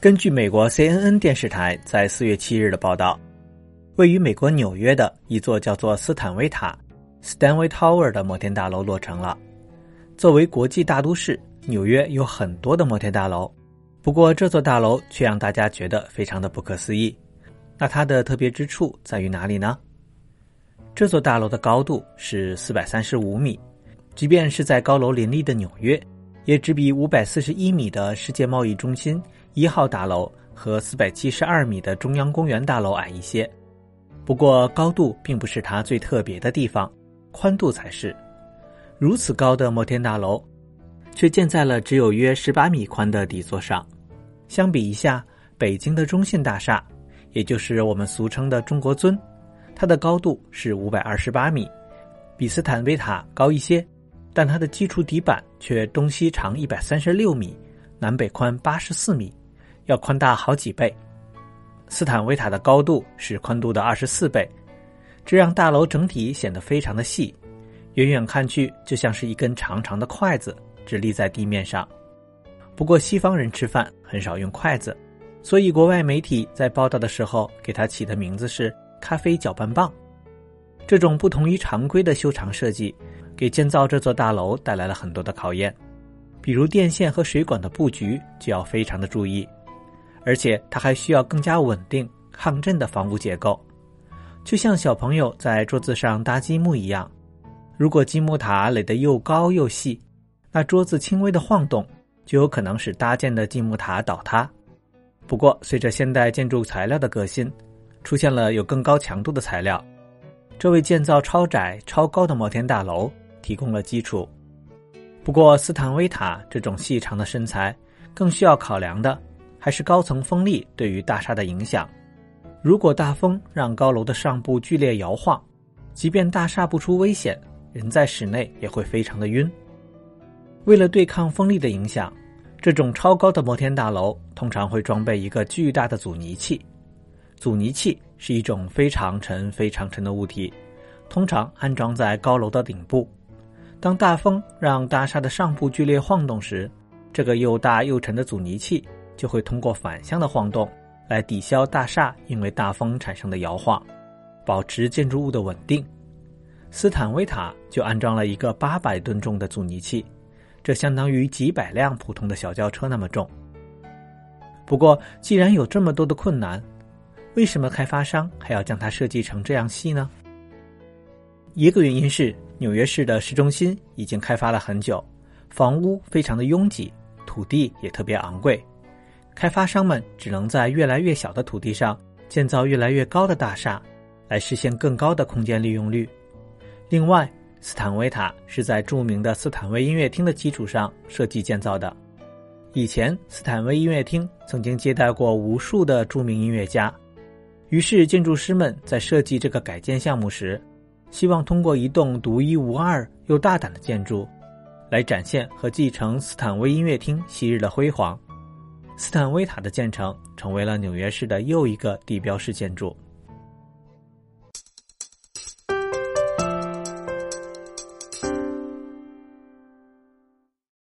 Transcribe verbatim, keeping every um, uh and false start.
根据美国 C N N 电视台在四月七日的报道，位于美国纽约的一座叫做斯坦威塔 Stanway Tower 的摩天大楼落成了。作为国际大都市，纽约有很多的摩天大楼，不过这座大楼却让大家觉得非常的不可思议。那它的特别之处在于哪里呢？这座大楼的高度是四百三十五米，即便是在高楼林立的纽约，也只比五百四十一米的世界贸易中心一号大楼和四百七十二米的中央公园大楼矮一些。不过高度并不是它最特别的地方，宽度才是。如此高的摩天大楼却建在了只有约十八米宽的底座上。相比一下，北京的中信大厦，也就是我们俗称的中国尊，它的高度是五百二十八米，比斯坦威塔高一些，但它的基础底板却东西长一百三十六米，南北宽八十四米，要宽大好几倍。斯坦威塔的高度是宽度的二十四倍，这让大楼整体显得非常的细，远远看去就像是一根长长的筷子直立在地面上。不过西方人吃饭很少用筷子，所以国外媒体在报道的时候给它起的名字是咖啡搅拌棒。这种不同于常规的修长设计，给建造这座大楼带来了很多的考验，比如电线和水管的布局就要非常的注意，而且它还需要更加稳定、抗震的房屋结构。就像小朋友在桌子上搭积木一样，如果积木塔垒得又高又细，那桌子轻微的晃动就有可能使搭建的积木塔倒塌。不过随着现代建筑材料的革新，出现了有更高强度的材料，这为建造超窄超高的摩天大楼提供了基础。不过斯坦威塔这种细长的身材，更需要考量的还是高层风力对于大厦的影响。如果大风让高楼的上部剧烈摇晃，即便大厦不出危险，人在室内也会非常的晕。为了对抗风力的影响，这种超高的摩天大楼通常会装备一个巨大的阻尼器。阻尼器是一种非常沉非常沉的物体，通常安装在高楼的顶部。当大风让大厦的上部剧烈晃动时，这个又大又沉的阻尼器就会通过反向的晃动来抵消大厦因为大风产生的摇晃，保持建筑物的稳定。斯坦威塔就安装了一个八百吨重的阻尼器，这相当于几百辆普通的小轿车那么重。不过既然有这么多的困难，为什么开发商还要将它设计成这样细呢？一个原因是纽约市的市中心已经开发了很久，房屋非常的拥挤，土地也特别昂贵，开发商们只能在越来越小的土地上建造越来越高的大厦，来实现更高的空间利用率。另外，斯坦威塔是在著名的斯坦威音乐厅的基础上设计建造的。以前斯坦威音乐厅曾经接待过无数的著名音乐家，于是建筑师们在设计这个改建项目时，希望通过一栋独一无二又大胆的建筑来展现和继承斯坦威音乐厅昔日的辉煌。斯坦威塔的建成成为了纽约市的又一个地标式建筑。